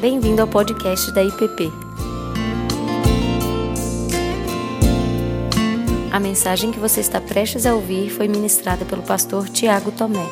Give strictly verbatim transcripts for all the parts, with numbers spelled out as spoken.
Bem-vindo ao podcast da I P P. A mensagem que você está prestes a ouvir foi ministrada pelo pastor Tiago Tomé.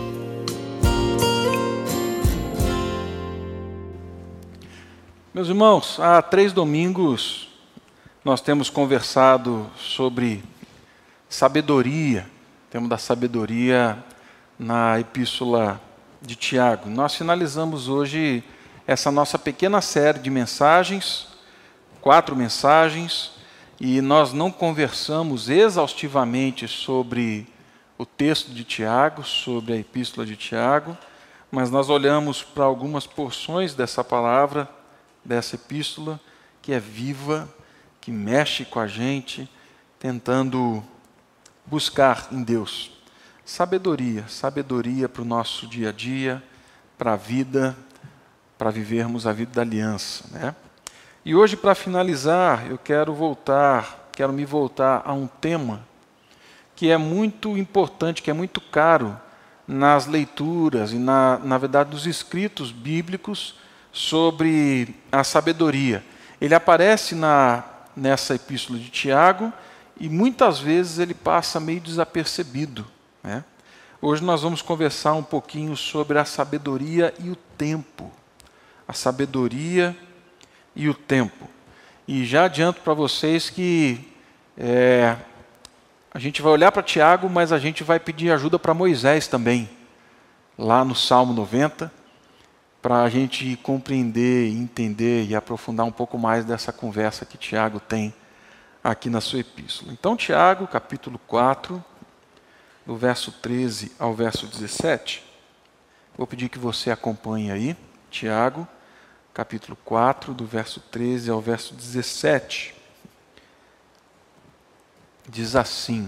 Meus irmãos, há três domingos nós temos conversado sobre sabedoria, tema da sabedoria na epístola de Tiago. Nós finalizamos hoje essa nossa pequena série de mensagens, quatro mensagens, e nós não conversamos exaustivamente sobre o texto de Tiago, sobre a epístola de Tiago, mas nós olhamos para algumas porções dessa palavra, dessa epístola, que é viva, que mexe com a gente, tentando buscar em Deus sabedoria, sabedoria para o nosso dia a dia, para a vida, para vivermos a vida da aliança, né? E hoje, para finalizar, eu quero voltar, quero me voltar a um tema que é muito importante, que é muito caro nas leituras e, na, na verdade, nos escritos bíblicos sobre a sabedoria. Ele aparece na, nessa epístola de Tiago e muitas vezes ele passa meio desapercebido, né? Hoje nós vamos conversar um pouquinho sobre a sabedoria e o tempo. A sabedoria e o tempo. E já adianto para vocês que é, a gente vai olhar para Tiago, mas a gente vai pedir ajuda para Moisés também, lá no Salmo noventa, para a gente compreender, entender e aprofundar um pouco mais dessa conversa que Tiago tem aqui na sua epístola. Então, Tiago, capítulo quatro, do verso treze ao verso dezessete, vou pedir que você acompanhe aí, Tiago, capítulo quatro, do verso treze ao verso dezessete. Diz assim: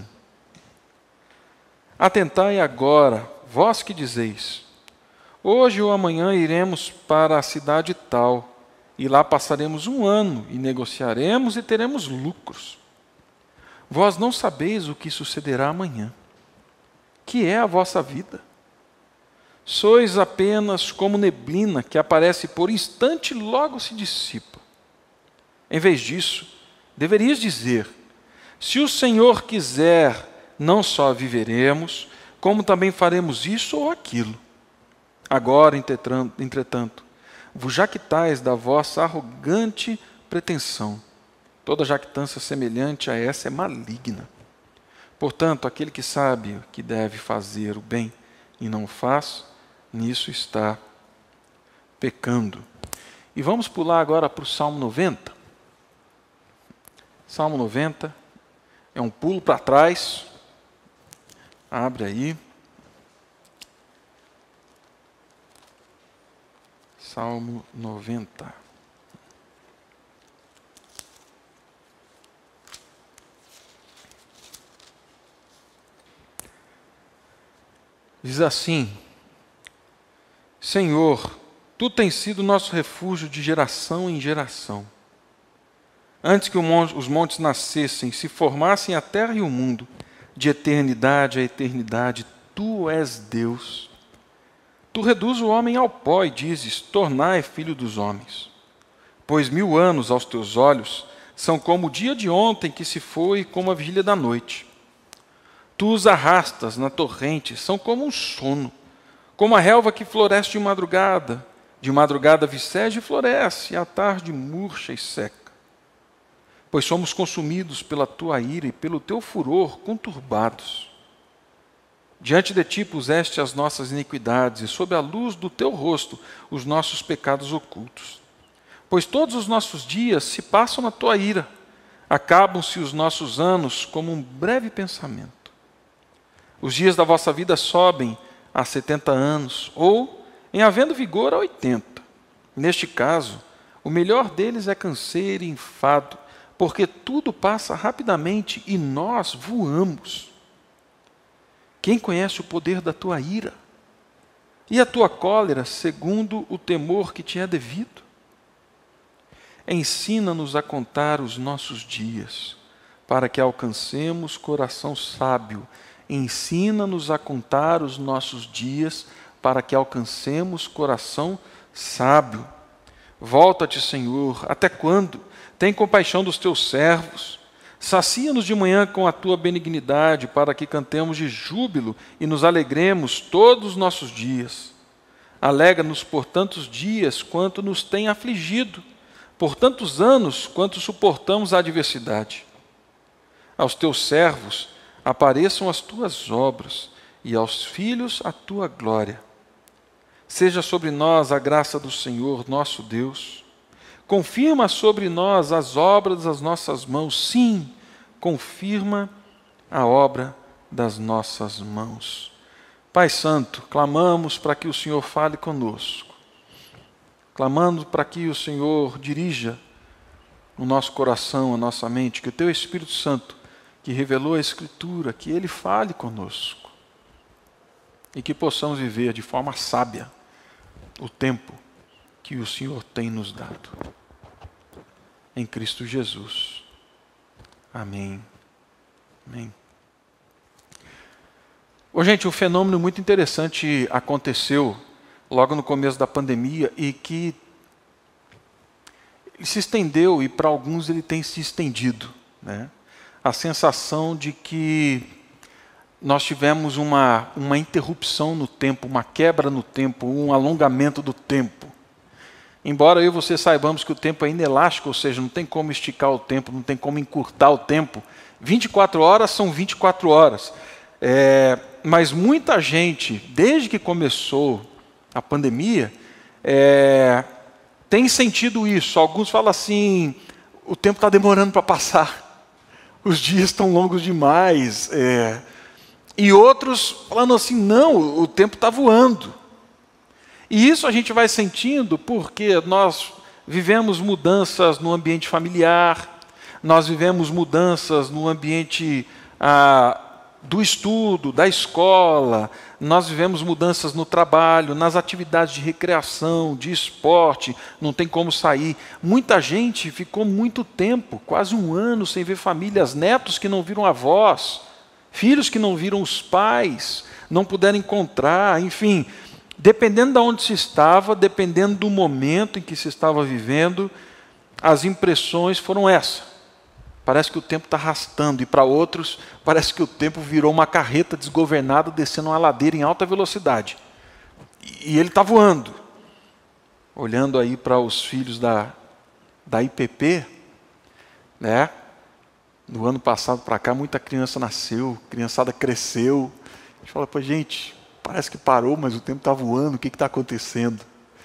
Atentai agora, vós que dizeis, hoje ou amanhã iremos para a cidade tal, e lá passaremos um ano, e negociaremos e teremos lucros. Vós não sabeis o que sucederá amanhã. Que é a vossa vida? Sois apenas como neblina que aparece por instante e logo se dissipa. Em vez disso, deverias dizer: se o Senhor quiser, não só viveremos, como também faremos isso ou aquilo. Agora, entretanto, vos jactais da vossa arrogante pretensão. Toda jactância semelhante a essa é maligna. Portanto, aquele que sabe que deve fazer o bem e não o faz, nisso está pecando. E vamos pular agora para o Salmo noventa. Salmo noventa é um pulo para trás. Abre aí. Salmo noventa. Diz assim: Senhor, Tu tens sido nosso refúgio de geração em geração. Antes que os montes nascessem, se formassem a terra e o mundo, de eternidade a eternidade, Tu és Deus. Tu reduz o homem ao pó e dizes: tornai filho dos homens. Pois mil anos aos Teus olhos são como o dia de ontem que se foi, como a vigília da noite. Tu os arrastas na torrente, são como um sono, como a relva que floresce de madrugada. De madrugada vicege e floresce, e à tarde murcha e seca. Pois somos consumidos pela Tua ira e pelo Teu furor conturbados. Diante de Ti puseste as nossas iniquidades, e sob a luz do Teu rosto os nossos pecados ocultos. Pois todos os nossos dias se passam na Tua ira, acabam-se os nossos anos como um breve pensamento. Os dias da vossa vida sobem a setenta anos, ou, em havendo vigor, a oitenta. Neste caso, o melhor deles é canseiro e enfado, porque tudo passa rapidamente e nós voamos. Quem conhece o poder da tua ira? E a tua cólera, segundo o temor que te é devido? Ensina-nos a contar os nossos dias, para que alcancemos coração sábio. Ensina-nos a contar os nossos dias, para que alcancemos coração sábio. Volta-te, Senhor, até quando? Tem compaixão dos teus servos. Sacia-nos de manhã com a tua benignidade, para que cantemos de júbilo e nos alegremos todos os nossos dias. Alegra-nos por tantos dias quanto nos tem afligido, por tantos anos quanto suportamos a adversidade. Aos teus servos apareçam as tuas obras, e aos filhos a tua glória. Seja sobre nós a graça do Senhor, nosso Deus. Confirma sobre nós as obras das nossas mãos. Sim, confirma a obra das nossas mãos. Pai Santo, clamamos para que o Senhor fale conosco. Clamando para que o Senhor dirija o nosso coração, a nossa mente, que o Teu Espírito Santo, que revelou a Escritura, que Ele fale conosco. E que possamos viver de forma sábia o tempo que o Senhor tem nos dado. Em Cristo Jesus. Amém. Amém. Ô, gente, um fenômeno muito interessante aconteceu logo no começo da pandemia e que ele se estendeu e para alguns ele tem se estendido, né? A sensação de que nós tivemos uma, uma interrupção no tempo, uma quebra no tempo, um alongamento do tempo. Embora eu e você saibamos que o tempo é inelástico, ou seja, não tem como esticar o tempo, não tem como encurtar o tempo. vinte e quatro horas são vinte e quatro horas. É, mas muita gente, desde que começou a pandemia, é, tem sentido isso. Alguns falam assim, o tempo está demorando para passar, os dias estão longos demais. É, e outros falando assim, não, o tempo está voando. E isso a gente vai sentindo porque nós vivemos mudanças no ambiente familiar, nós vivemos mudanças no ambiente ah, do estudo, da escola, nós vivemos mudanças no trabalho, nas atividades de recreação, de esporte, não tem como sair. Muita gente ficou muito tempo, quase um ano, sem ver famílias, netos que não viram avós, filhos que não viram os pais, não puderam encontrar, enfim, dependendo de onde se estava, dependendo do momento em que se estava vivendo, as impressões foram essas. Parece que o tempo está arrastando, e para outros, parece que o tempo virou uma carreta desgovernada descendo uma ladeira em alta velocidade. E ele está voando. Olhando aí para os filhos da, da I P P, né? No ano passado para cá, muita criança nasceu, criançada cresceu. A gente fala, pô, gente, parece que parou, mas o tempo está voando, o que está acontecendo?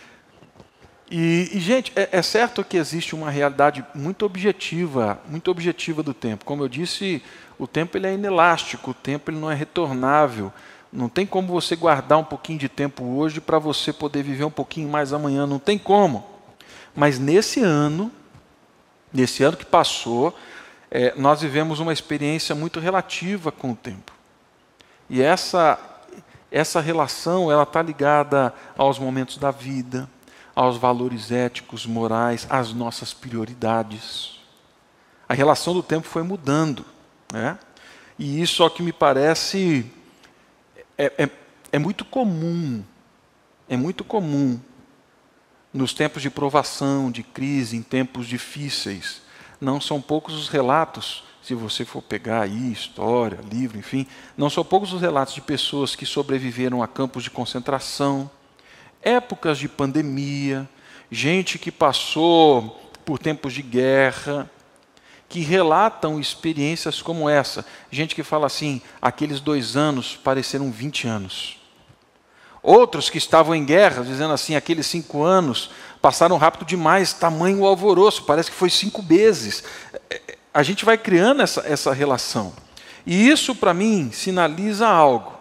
E, e gente, é, é certo que existe uma realidade muito objetiva, muito objetiva do tempo. Como eu disse, o tempo ele é inelástico, o tempo ele não é retornável. Não tem como você guardar um pouquinho de tempo hoje para você poder viver um pouquinho mais amanhã, não tem como. Mas nesse ano, nesse ano que passou, é, nós vivemos uma experiência muito relativa com o tempo. E essa, essa relação ela está ligada aos momentos da vida, aos valores éticos, morais, às nossas prioridades. A relação do tempo foi mudando, né? E isso, ó, que me parece, é, é, é muito comum, é muito comum nos tempos de provação, de crise, em tempos difíceis. Não são poucos os relatos, se você for pegar aí, história, livro, enfim, não são poucos os relatos de pessoas que sobreviveram a campos de concentração, épocas de pandemia, gente que passou por tempos de guerra, que relatam experiências como essa. Gente que fala assim, aqueles dois anos pareceram vinte anos. Outros que estavam em guerra, dizendo assim, aqueles cinco anos passaram rápido demais, tamanho o alvoroço, parece que foi cinco meses. A gente vai criando essa, essa relação. E isso, para mim, sinaliza algo.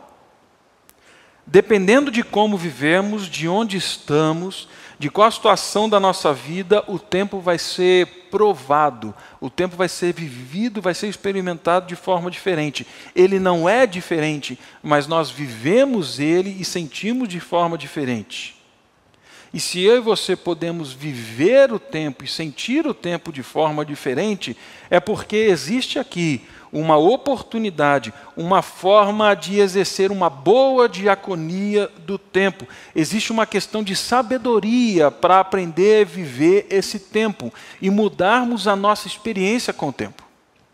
Dependendo de como vivemos, de onde estamos, de qual a situação da nossa vida, o tempo vai ser provado, o tempo vai ser vivido, vai ser experimentado de forma diferente. Ele não é diferente, mas nós vivemos ele e sentimos de forma diferente. E se eu e você podemos viver o tempo e sentir o tempo de forma diferente, é porque existe aqui uma oportunidade, uma forma de exercer uma boa diaconia do tempo. Existe uma questão de sabedoria para aprender a viver esse tempo e mudarmos a nossa experiência com o tempo.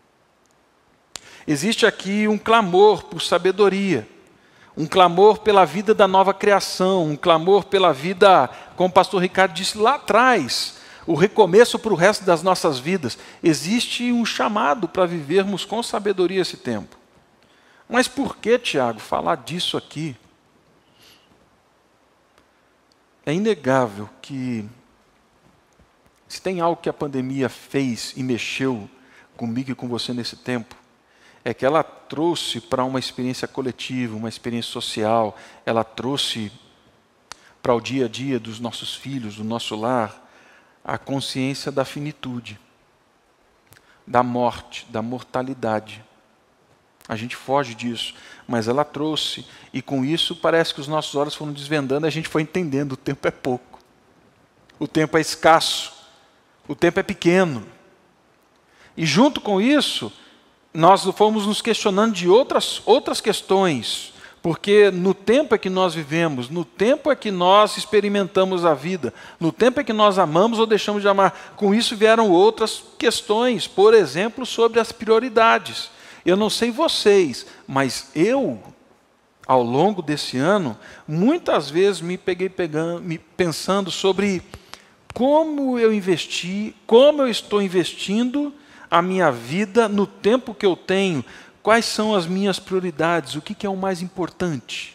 Existe aqui um clamor por sabedoria, um clamor pela vida da nova criação, um clamor pela vida, como o pastor Ricardo disse lá atrás, o recomeço para o resto das nossas vidas. Existe um chamado para vivermos com sabedoria esse tempo. Mas por que, Tiago, falar disso aqui? É inegável que, se tem algo que a pandemia fez e mexeu comigo e com você nesse tempo, é que ela trouxe para uma experiência coletiva, uma experiência social, ela trouxe para o dia a dia dos nossos filhos, do nosso lar, a consciência da finitude, da morte, da mortalidade. A gente foge disso, mas ela trouxe, e com isso parece que os nossos olhos foram desvendando, e a gente foi entendendo, o tempo é pouco, o tempo é escasso, o tempo é pequeno. E junto com isso, nós fomos nos questionando de outras, outras questões, porque no tempo é que nós vivemos, no tempo é que nós experimentamos a vida, no tempo é que nós amamos ou deixamos de amar. Com isso vieram outras questões, por exemplo, sobre as prioridades. Eu não sei vocês, mas eu, ao longo desse ano, muitas vezes me peguei pegando, me pensando sobre como eu investi, como eu estou investindo a minha vida no tempo que eu tenho. Quais são as minhas prioridades? O que, que é o mais importante?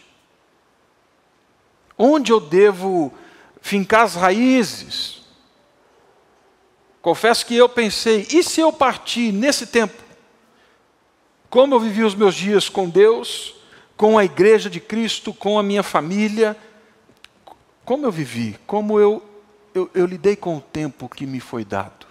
Onde eu devo fincar as raízes? Confesso que eu pensei, e se eu partir nesse tempo? Como eu vivi os meus dias com Deus, com a igreja de Cristo, com a minha família? Como eu vivi? Como eu, eu, eu lidei com o tempo que me foi dado?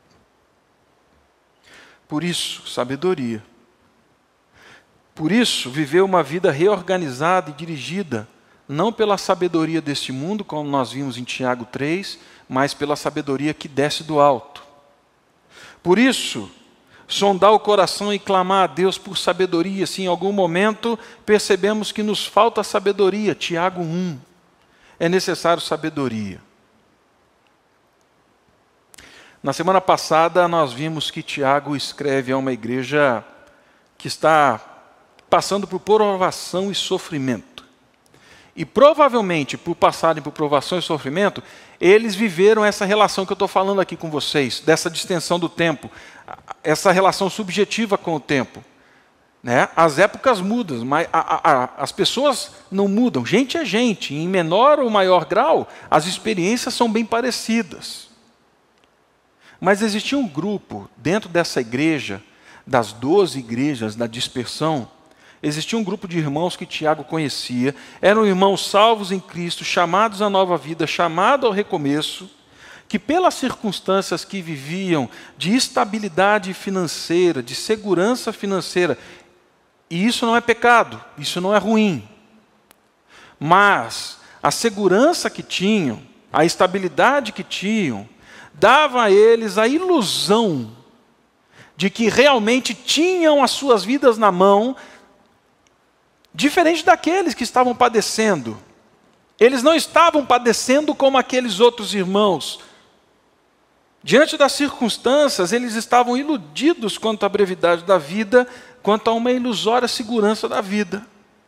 Por isso, sabedoria. Por isso, viver uma vida reorganizada e dirigida, não pela sabedoria deste mundo, como nós vimos em Tiago três, mas pela sabedoria que desce do alto. Por isso, sondar o coração e clamar a Deus por sabedoria, se em algum momento percebemos que nos falta sabedoria. Tiago um, é necessário sabedoria. Na semana passada, nós vimos que Tiago escreve a uma igreja que está passando por provação e sofrimento. E provavelmente, por passarem por provação e sofrimento, eles viveram essa relação que eu estou falando aqui com vocês, dessa distensão do tempo, essa relação subjetiva com o tempo. Né? As épocas mudam, mas a, a, a, as pessoas não mudam. Gente é gente. Em menor ou maior grau, as experiências são bem parecidas. Mas existia um grupo dentro dessa igreja, das doze igrejas da dispersão, existia um grupo de irmãos que Tiago conhecia, eram irmãos salvos em Cristo, chamados à nova vida, chamados ao recomeço, que pelas circunstâncias que viviam, de estabilidade financeira, de segurança financeira, e isso não é pecado, isso não é ruim, mas a segurança que tinham, a estabilidade que tinham, dava a eles a ilusão de que realmente tinham as suas vidas na mão, diferente daqueles que estavam padecendo. Eles não estavam padecendo como aqueles outros irmãos. Diante das circunstâncias, eles estavam iludidos quanto à brevidade da vida, quanto a uma ilusória segurança da vida.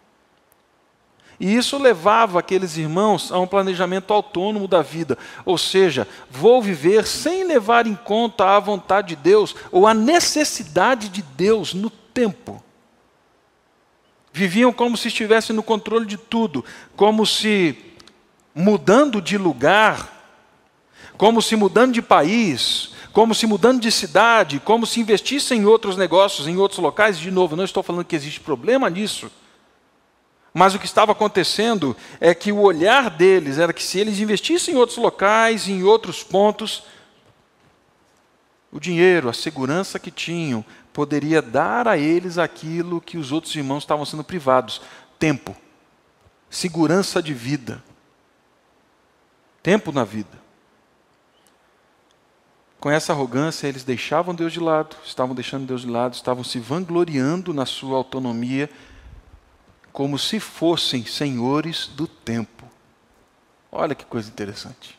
E isso levava aqueles irmãos a um planejamento autônomo da vida. Ou seja, vou viver sem levar em conta a vontade de Deus ou a necessidade de Deus no tempo. Viviam como se estivessem no controle de tudo, como se mudando de lugar, como se mudando de país, como se mudando de cidade, como se investissem em outros negócios, em outros locais. De novo, não estou falando que existe problema nisso. Mas o que estava acontecendo é que o olhar deles era que se eles investissem em outros locais, em outros pontos, o dinheiro, a segurança que tinham, poderia dar a eles aquilo que os outros irmãos estavam sendo privados. Tempo, segurança de vida, tempo na vida. Com essa arrogância, eles deixavam Deus de lado, estavam deixando Deus de lado, estavam se vangloriando na sua autonomia, como se fossem senhores do tempo. Olha que coisa interessante.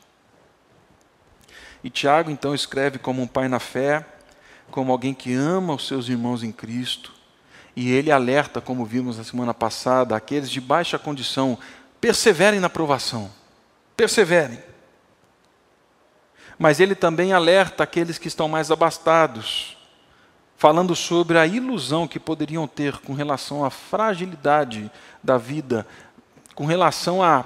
E Tiago, então, escreve como um pai na fé, como alguém que ama os seus irmãos em Cristo, e ele alerta, como vimos na semana passada, aqueles de baixa condição: perseverem na provação, perseverem. Mas ele também alerta aqueles que estão mais abastados, falando sobre a ilusão que poderiam ter com relação à fragilidade da vida, com relação à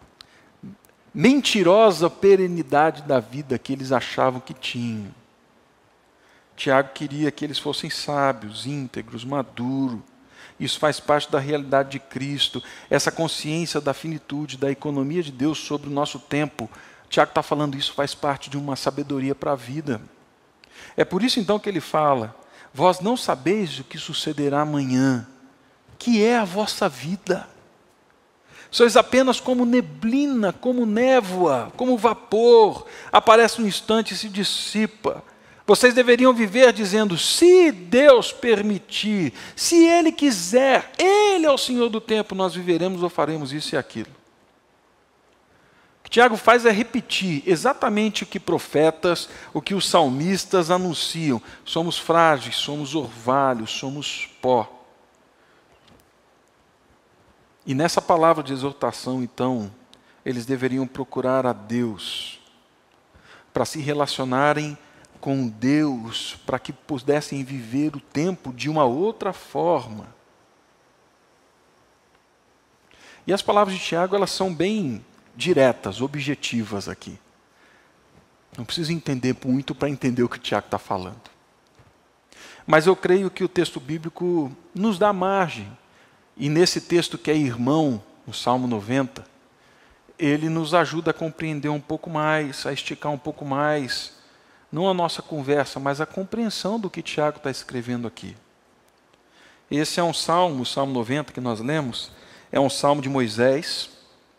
mentirosa perenidade da vida que eles achavam que tinham. Tiago queria que eles fossem sábios, íntegros, maduros. Isso faz parte da realidade de Cristo, essa consciência da finitude, da economia de Deus sobre o nosso tempo. Tiago está falando isso faz parte de uma sabedoria para a vida. É por isso então que ele fala: vós não sabeis o que sucederá amanhã, que é a vossa vida. Sois apenas como neblina, como névoa, como vapor, aparece um instante e se dissipa. Vocês deveriam viver dizendo: se Deus permitir, se Ele quiser, Ele é o Senhor do tempo, nós viveremos ou faremos isso e aquilo. O que Tiago faz é repetir exatamente o que profetas, o que os salmistas anunciam. Somos frágeis, somos orvalhos, somos pó. E nessa palavra de exortação, então, eles deveriam procurar a Deus para se relacionarem com Deus, para que pudessem viver o tempo de uma outra forma. E as palavras de Tiago, elas são bem diretas, objetivas aqui. Não preciso entender muito para entender o que o Tiago está falando. Mas eu creio que o texto bíblico nos dá margem. E nesse texto que é irmão, no Salmo noventa, ele nos ajuda a compreender um pouco mais, a esticar um pouco mais, não a nossa conversa, mas a compreensão do que Tiago está escrevendo aqui. Esse é um salmo, o Salmo noventa que nós lemos, é um salmo de Moisés,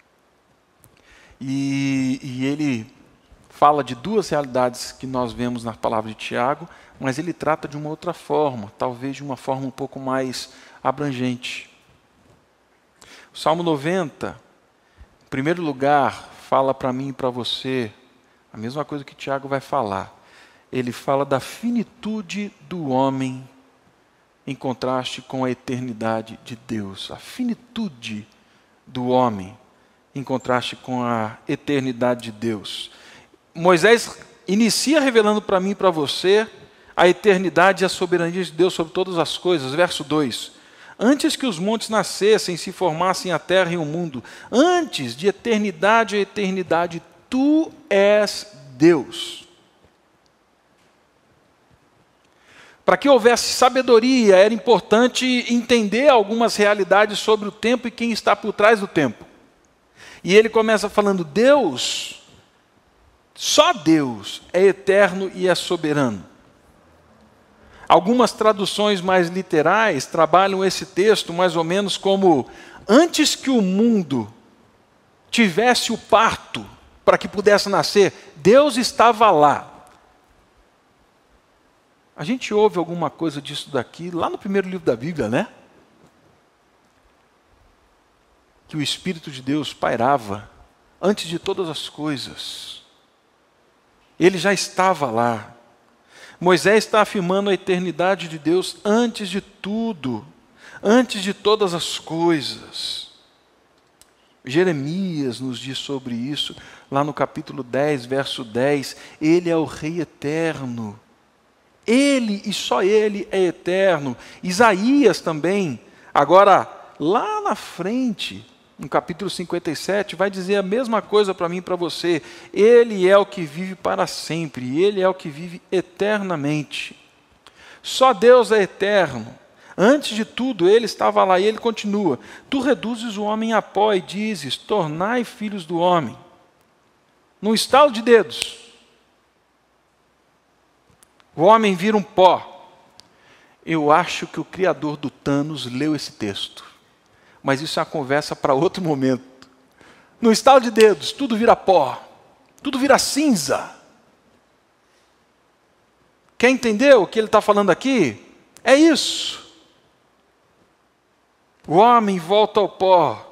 e, e ele fala de duas realidades que nós vemos na palavra de Tiago, mas ele trata de uma outra forma, talvez de uma forma um pouco mais abrangente. O Salmo noventa, em primeiro lugar, fala para mim e para você a mesma coisa que Tiago vai falar. Ele fala da finitude do homem em contraste com a eternidade de Deus. A finitude do homem em contraste com a eternidade de Deus. Moisés inicia revelando para mim e para você a eternidade e a soberania de Deus sobre todas as coisas. Verso dois. Antes que os montes nascessem, se formassem a terra e o mundo, antes de eternidade a eternidade, tu és Deus. Para que houvesse sabedoria, era importante entender algumas realidades sobre o tempo e quem está por trás do tempo. E ele começa falando: Deus, só Deus é eterno e é soberano. Algumas traduções mais literais trabalham esse texto mais ou menos como: antes que o mundo tivesse o parto para que pudesse nascer, Deus estava lá. A gente ouve alguma coisa disso daqui lá no primeiro livro da Bíblia, né? Que o Espírito de Deus pairava antes de todas as coisas. Ele já estava lá. Moisés está afirmando a eternidade de Deus antes de tudo, antes de todas as coisas. Jeremias nos diz sobre isso, lá no capítulo dez, verso dez. Ele é o Rei eterno. Ele e só Ele é eterno. Isaías também, agora lá na frente, no capítulo cinquenta e sete, vai dizer a mesma coisa para mim e para você. Ele é o que vive para sempre, Ele é o que vive eternamente. Só Deus é eterno. Antes de tudo, Ele estava lá e Ele continua. Tu reduzes o homem a pó e dizes: tornai filhos do homem. Num estalo de dedos, o homem vira um pó. Eu acho que o criador do Thanos leu esse texto. Mas isso é uma conversa para outro momento. No estalo de dedos, tudo vira pó. Tudo vira cinza. Quer entender o que ele está falando aqui? É isso. O homem volta ao pó.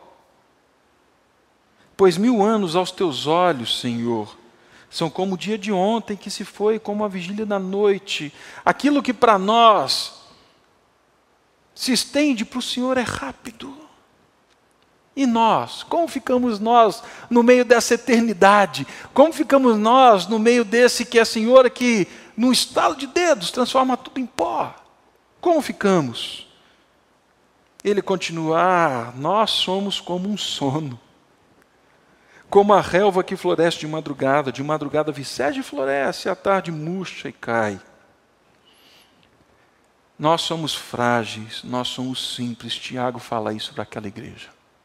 Pois mil anos aos teus olhos, Senhor, são como o dia de ontem que se foi, como a vigília da noite. Aquilo que para nós se estende, para o Senhor é rápido. E nós? Como ficamos nós no meio dessa eternidade? Como ficamos nós no meio desse que é Senhor, que num estalo de dedos transforma tudo em pó? Como ficamos? Ele continua, ah, nós somos como um sono. Como a relva que floresce de madrugada, de madrugada vicege e floresce, à tarde murcha e cai. Nós somos frágeis, nós somos simples. Tiago fala isso para aquela igreja.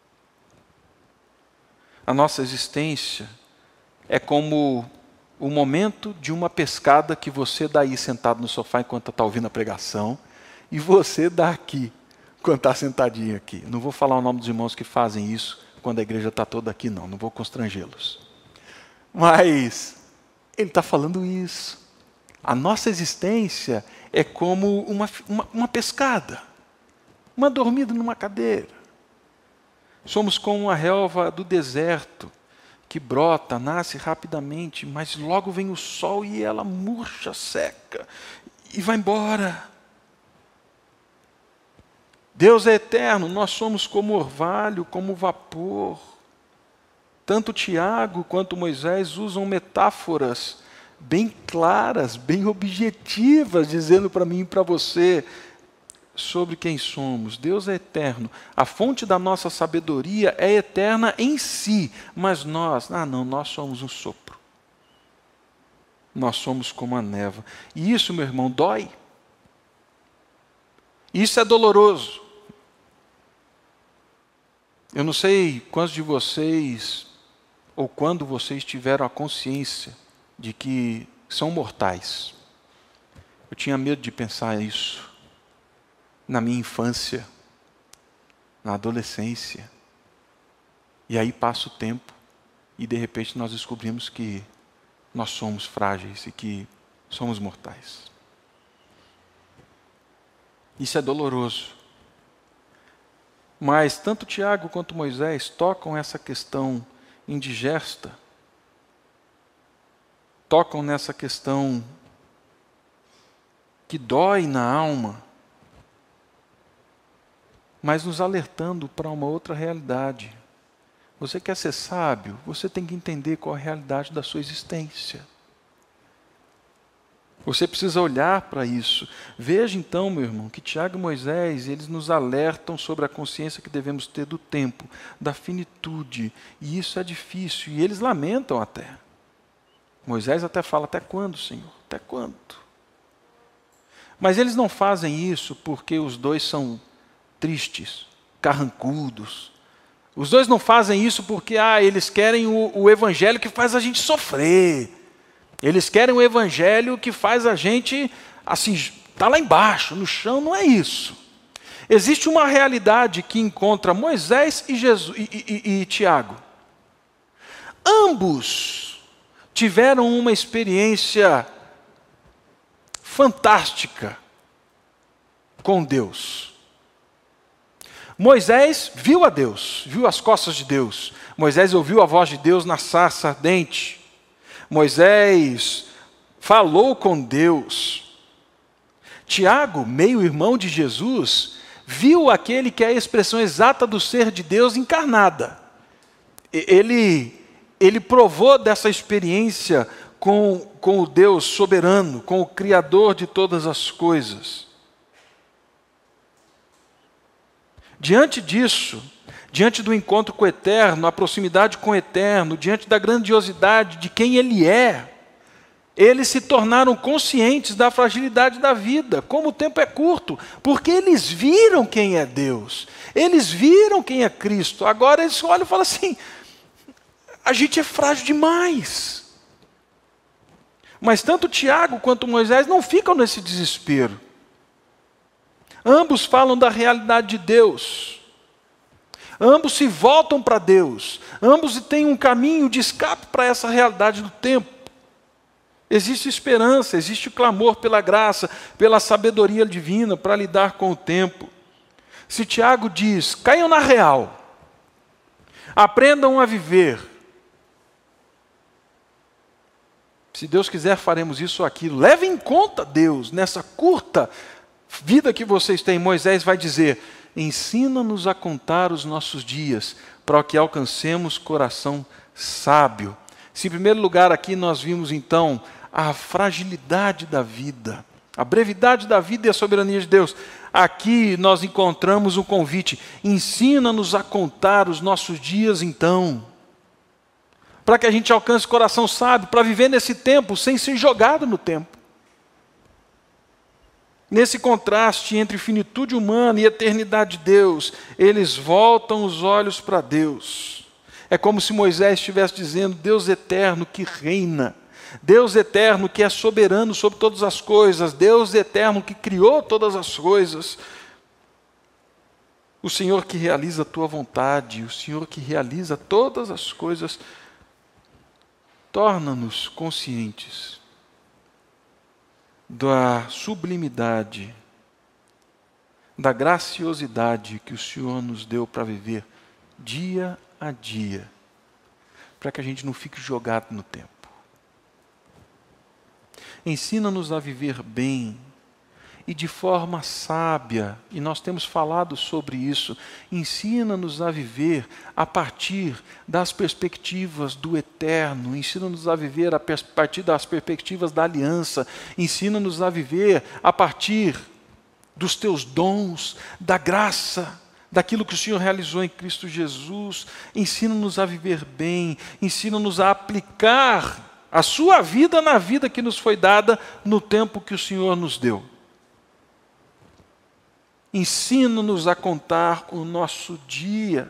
A nossa existência é como o momento de uma pescada que você dá aí sentado no sofá enquanto está ouvindo a pregação, e você dá aqui, quando está sentadinho aqui. Não vou falar o nome dos irmãos que fazem isso quando a igreja está toda aqui, não. Não vou constrangê-los. Mas ele está falando isso. A nossa existência é como uma, uma, uma pescada, uma dormida numa cadeira. Somos como uma relva do deserto, que brota, nasce rapidamente, mas logo vem o sol e ela murcha, seca, e vai embora. Deus é eterno, nós somos como orvalho, como vapor. Tanto Tiago quanto Moisés usam metáforas bem claras, bem objetivas, dizendo para mim e para você sobre quem somos. Deus é eterno. A fonte da nossa sabedoria é eterna em si, mas nós, ah não, nós somos um sopro. Nós somos como a névoa. E isso, meu irmão, dói. Isso é doloroso. Eu não sei quantos de vocês, ou quando vocês tiveram a consciência de que são mortais. Eu tinha medo de pensar isso na minha infância, na adolescência. E aí passa o tempo e de repente nós descobrimos que nós somos frágeis e que somos mortais. Isso é doloroso. Mas tanto Tiago quanto Moisés tocam essa questão indigesta, tocam nessa questão que dói na alma, mas nos alertando para uma outra realidade. Você quer ser sábio? Você tem que entender qual é a realidade da sua existência. Você precisa olhar para isso. Veja então, meu irmão, que Tiago e Moisés, eles nos alertam sobre a consciência que devemos ter do tempo, da finitude. E isso é difícil. E eles lamentam até. Moisés até fala, até quando, Senhor? Até quando? Mas eles não fazem isso porque os dois são tristes, carrancudos. Os dois não fazem isso porque ah, eles querem o, o evangelho que faz a gente sofrer. Eles querem o evangelho que faz a gente, assim, tá lá embaixo, no chão. Não é isso. Existe uma realidade que encontra Moisés e, Jesus, e, e, e Tiago. Ambos tiveram uma experiência fantástica com Deus. Moisés viu a Deus, viu as costas de Deus. Moisés ouviu a voz de Deus na sarça ardente. Moisés falou com Deus. Tiago, meio-irmão de Jesus, viu aquele que é a expressão exata do ser de Deus encarnada. Ele, ele provou dessa experiência com, com o Deus soberano, com o Criador de todas as coisas. Diante disso, diante do encontro com o Eterno, a proximidade com o Eterno, diante da grandiosidade de quem Ele é, eles se tornaram conscientes da fragilidade da vida, como o tempo é curto, porque eles viram quem é Deus, eles viram quem é Cristo. Agora eles olham e falam assim, a gente é frágil demais. Mas tanto Tiago quanto Moisés não ficam nesse desespero. Ambos falam da realidade de Deus. Ambos se voltam para Deus. Ambos têm um caminho de escape para essa realidade do tempo. Existe esperança, existe clamor pela graça, pela sabedoria divina para lidar com o tempo. Se Tiago diz, caiam na real, aprendam a viver. Se Deus quiser, faremos isso ou aquilo. Leve em conta Deus, nessa curta vida que vocês têm. Moisés vai dizer, ensina-nos a contar os nossos dias, para que alcancemos coração sábio. Se em primeiro lugar aqui nós vimos então a fragilidade da vida, a brevidade da vida e a soberania de Deus, aqui nós encontramos um convite, ensina-nos a contar os nossos dias então, para que a gente alcance coração sábio, para viver nesse tempo sem ser jogado no tempo. Nesse contraste entre finitude humana e eternidade de Deus, eles voltam os olhos para Deus. É como se Moisés estivesse dizendo, Deus eterno que reina, Deus eterno que é soberano sobre todas as coisas, Deus eterno que criou todas as coisas, o Senhor que realiza a tua vontade, o Senhor que realiza todas as coisas, torna-nos conscientes da sublimidade, da graciosidade que o Senhor nos deu para viver dia a dia, para que a gente não fique jogado no tempo. Ensina-nos a viver bem e de forma sábia, e nós temos falado sobre isso. Ensina-nos a viver a partir das perspectivas do eterno, ensina-nos a viver a partir das perspectivas da aliança, ensina-nos a viver a partir dos teus dons, da graça, daquilo que o Senhor realizou em Cristo Jesus. Ensina-nos a viver bem, ensina-nos a aplicar a sua vida na vida que nos foi dada no tempo que o Senhor nos deu. Ensina-nos a contar o nosso dia.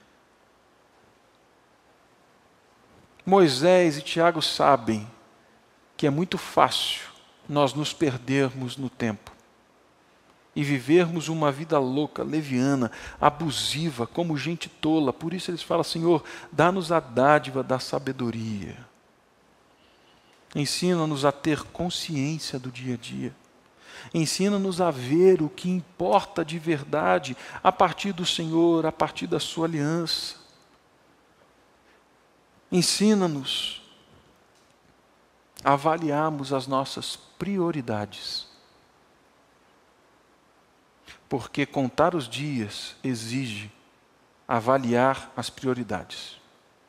Moisés e Tiago sabem que é muito fácil nós nos perdermos no tempo e vivermos uma vida louca, leviana, abusiva, como gente tola. Por isso eles falam, Senhor, dá-nos a dádiva da sabedoria. Ensina-nos a ter consciência do dia a dia. Ensina-nos a ver o que importa de verdade a partir do Senhor, a partir da sua aliança. Ensina-nos a avaliarmos as nossas prioridades. Porque contar os dias exige avaliar as prioridades.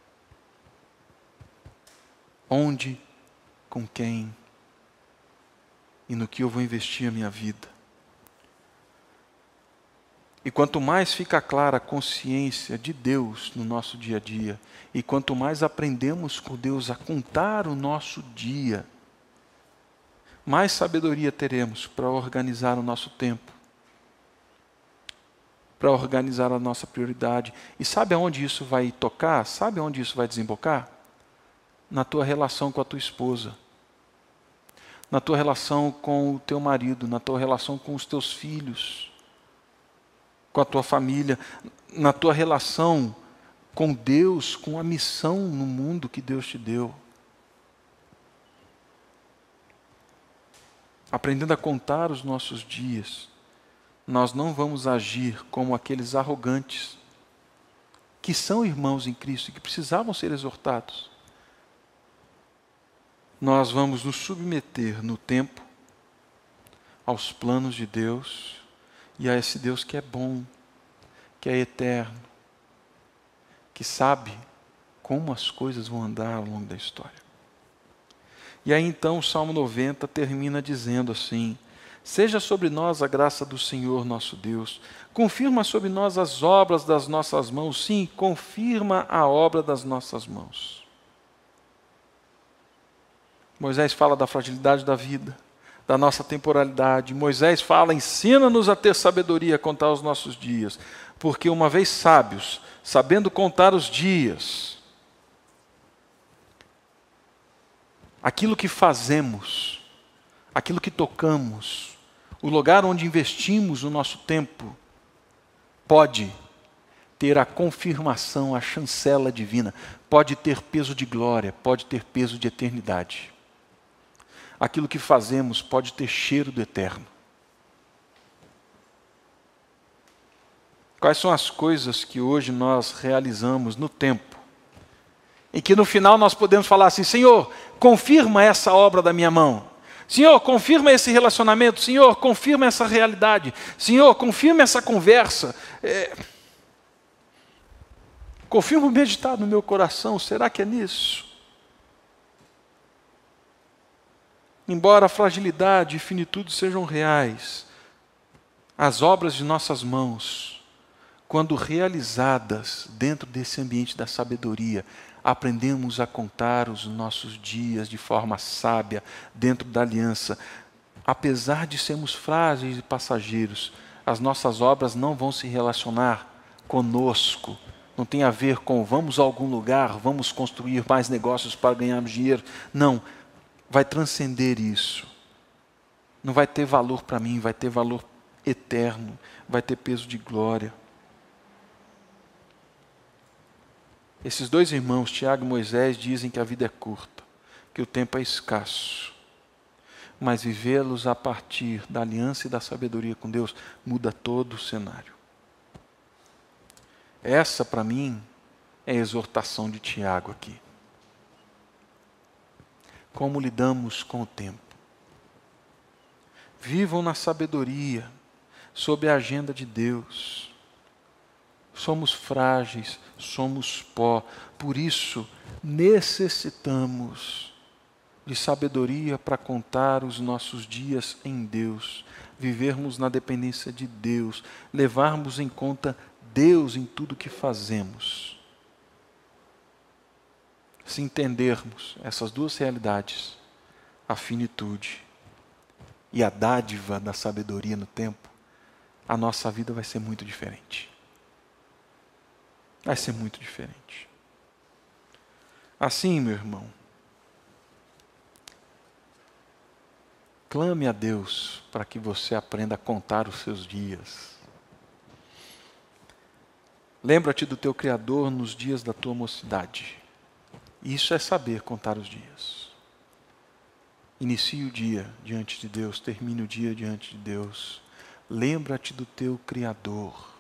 Onde, com quem e no que eu vou investir a minha vida. E quanto mais fica clara a consciência de Deus no nosso dia a dia, e quanto mais aprendemos com Deus a contar o nosso dia, mais sabedoria teremos para organizar o nosso tempo, para organizar a nossa prioridade. E sabe aonde isso vai tocar? Sabe aonde isso vai desembocar? Na tua relação com a tua esposa, na tua relação com o teu marido, na tua relação com os teus filhos, com a tua família, na tua relação com Deus, com a missão no mundo que Deus te deu. Aprendendo a contar os nossos dias, nós não vamos agir como aqueles arrogantes, que são irmãos em Cristo e que precisavam ser exortados. Nós vamos nos submeter no tempo aos planos de Deus e a esse Deus que é bom, que é eterno, que sabe como as coisas vão andar ao longo da história. E aí então o Salmo noventa termina dizendo assim: seja sobre nós a graça do Senhor nosso Deus, confirma sobre nós as obras das nossas mãos, sim, confirma a obra das nossas mãos. Moisés fala da fragilidade da vida, da nossa temporalidade. Moisés fala, ensina-nos a ter sabedoria, a contar os nossos dias. Porque uma vez sábios, sabendo contar os dias, aquilo que fazemos, aquilo que tocamos, o lugar onde investimos o nosso tempo, pode ter a confirmação, a chancela divina, pode ter peso de glória, pode ter peso de eternidade. aquilo que fazemos pode ter cheiro do eterno. Quais são as coisas que hoje nós realizamos no tempo, em que no final nós podemos falar assim: Senhor, confirma essa obra da minha mão. Senhor, confirma esse relacionamento. Senhor, confirma essa realidade. Senhor, confirma essa conversa. É... Confirma o meditar no meu coração. Será que é nisso? Embora a fragilidade e finitude sejam reais, as obras de nossas mãos, quando realizadas dentro desse ambiente da sabedoria, aprendemos a contar os nossos dias de forma sábia, dentro da aliança. Apesar de sermos frágeis e passageiros, as nossas obras não vão se relacionar conosco. Não tem a ver com vamos a algum lugar, vamos construir mais negócios para ganharmos dinheiro. Não, vai transcender isso. Não vai ter valor para mim, vai ter valor eterno, vai ter peso de glória. Esses dois irmãos, Tiago e Moisés, dizem que a vida é curta, que o tempo é escasso. Mas vivê-los a partir da aliança e da sabedoria com Deus muda todo o cenário. Essa, para mim, é a exortação de Tiago aqui. Como lidamos com o tempo? Vivam na sabedoria, sob a agenda de Deus. Somos frágeis, somos pó, por isso necessitamos de sabedoria para contar os nossos dias em Deus, vivermos na dependência de Deus, levarmos em conta Deus em tudo que fazemos. Se entendermos essas duas realidades, a finitude e a dádiva da sabedoria no tempo, a nossa vida vai ser muito diferente. Vai ser muito diferente. Assim, meu irmão, clame a Deus para que você aprenda a contar os seus dias. Lembra-te do teu Criador nos dias da tua mocidade. Isso é saber contar os dias. Inicie o dia diante de Deus, termine o dia diante de Deus. Lembra-te do teu Criador.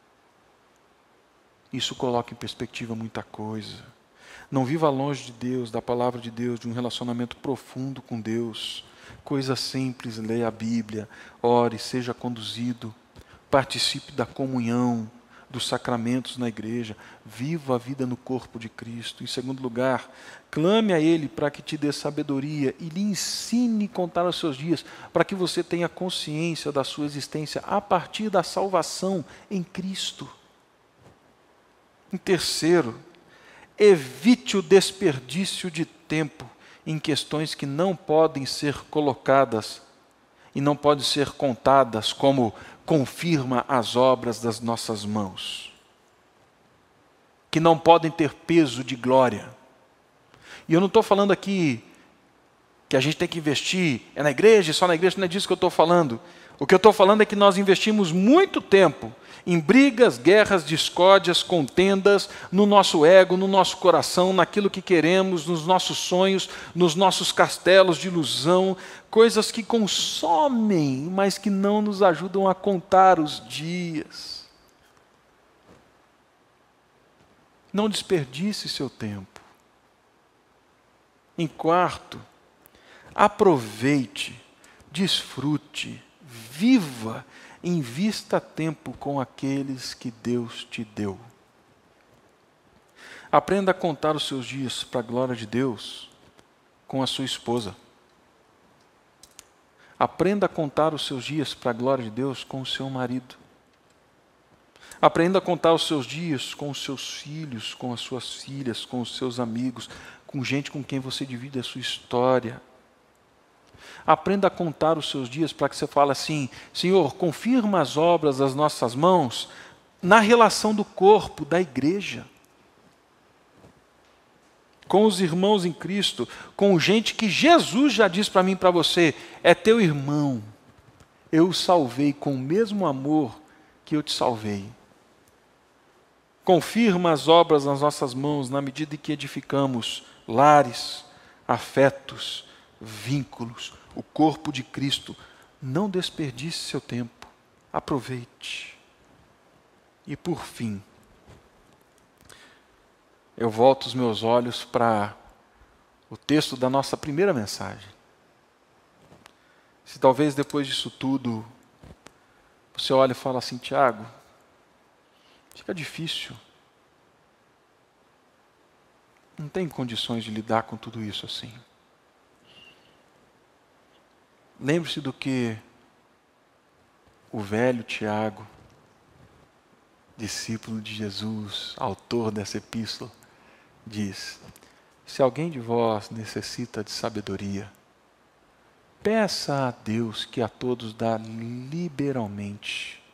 Isso coloca em perspectiva muita coisa. Não viva longe de Deus, da palavra de Deus, de um relacionamento profundo com Deus. Coisa simples, leia a Bíblia, ore, seja conduzido, participe da comunhão, dos sacramentos na igreja, viva a vida no corpo de Cristo. Em segundo lugar, clame a Ele para que te dê sabedoria e lhe ensine a contar os seus dias, para que você tenha consciência da sua existência a partir da salvação em Cristo. Em terceiro, evite o desperdício de tempo em questões que não podem ser colocadas e não podem ser contadas como confirma as obras das nossas mãos, que não podem ter peso de glória. E eu não estou falando aqui que a gente tem que investir é na igreja, só na igreja, não é disso que eu estou falando. O que eu estou falando é que nós investimos muito tempo em brigas, guerras, discórdias, contendas, no nosso ego, no nosso coração, naquilo que queremos, nos nossos sonhos, nos nossos castelos de ilusão, coisas que consomem, mas que não nos ajudam a contar os dias. Não desperdice seu tempo. Em quarto, aproveite, desfrute, viva, invista tempo com aqueles que Deus te deu. Aprenda a contar os seus dias para a glória de Deus com a sua esposa. Aprenda a contar os seus dias para a glória de Deus com o seu marido. Aprenda a contar os seus dias com os seus filhos, com as suas filhas, com os seus amigos, com gente com quem você divide a sua história. Aprenda a contar os seus dias para que você fale assim: Senhor, confirma as obras das nossas mãos na relação do corpo, da igreja, com os irmãos em Cristo, com gente que Jesus já disse para mim e para você, é teu irmão, eu o salvei com o mesmo amor que eu te salvei. Confirma as obras nas nossas mãos na medida em que edificamos lares, afetos, vínculos, o corpo de Cristo. Não desperdice seu tempo, aproveite. E por fim, eu volto os meus olhos para o texto da nossa primeira mensagem. Se talvez depois disso tudo, você olha e fala assim, Tiago, fica difícil. Não tem condições de lidar com tudo isso assim. Lembre-se do que o velho Tiago, discípulo de Jesus, autor dessa epístola, diz: se alguém de vós necessita de sabedoria, peça a Deus que a todos dá liberalmente.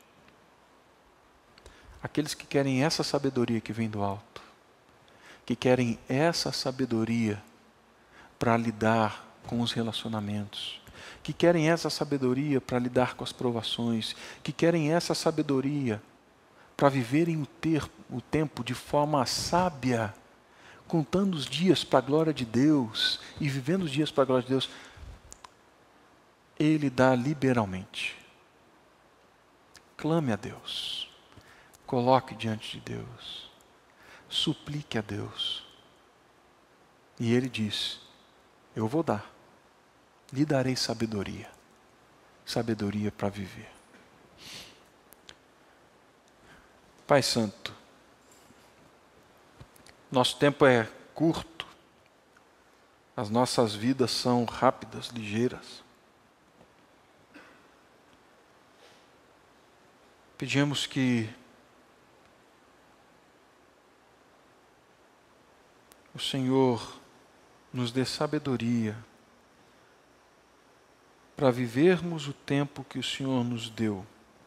Aqueles que querem essa sabedoria que vem do alto, que querem essa sabedoria para lidar com os relacionamentos, que querem essa sabedoria para lidar com as provações, que querem essa sabedoria para viverem o, ter, o tempo de forma sábia, contando os dias para a glória de Deus e vivendo os dias para a glória de Deus, Ele dá liberalmente. Clame a Deus, coloque diante de Deus, suplique a Deus. E Ele diz, eu vou dar, lhe darei sabedoria, sabedoria para viver. Pai Santo, nosso tempo é curto, as nossas vidas são rápidas, ligeiras. Pedimos que o Senhor nos dê sabedoria para vivermos o tempo que o Senhor nos deu,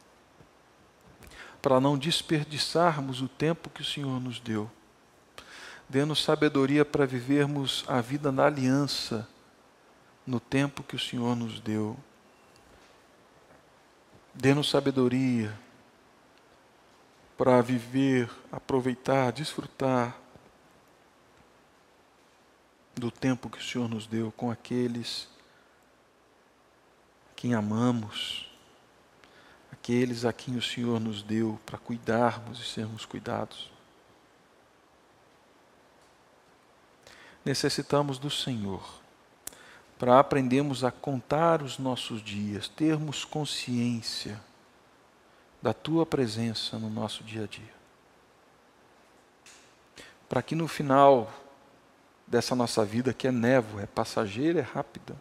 para não desperdiçarmos o tempo que o Senhor nos deu. Dê-nos sabedoria para vivermos a vida na aliança no tempo que o Senhor nos deu. Dê-nos sabedoria para viver, aproveitar, desfrutar do tempo que o Senhor nos deu com aqueles a quem amamos, aqueles a quem o Senhor nos deu para cuidarmos e sermos cuidados. Necessitamos do Senhor para aprendermos a contar os nossos dias, termos consciência da Tua presença no nosso dia a dia. Para que no final dessa nossa vida, que é névoa, é passageira, é rápida,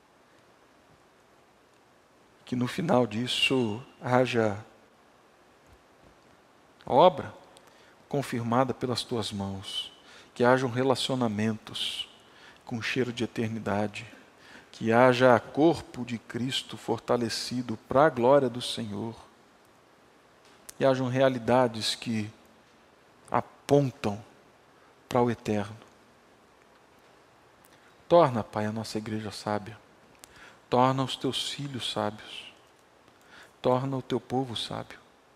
que no final disso haja obra confirmada pelas Tuas mãos, que hajam relacionamentos com cheiro de eternidade, que haja corpo de Cristo fortalecido para a glória do Senhor, e hajam realidades que apontam para o eterno. Torna, Pai, a nossa igreja sábia. Torna os Teus filhos sábios. Torna o Teu povo sábio.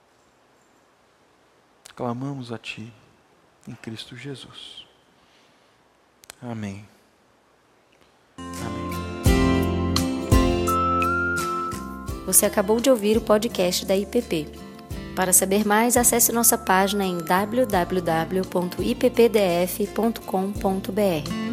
Clamamos a Ti, em Cristo Jesus. Amém. Amém. Você acabou de ouvir o podcast da I P P. Para saber mais, acesse nossa página em w w w ponto i p p d f ponto com ponto b r.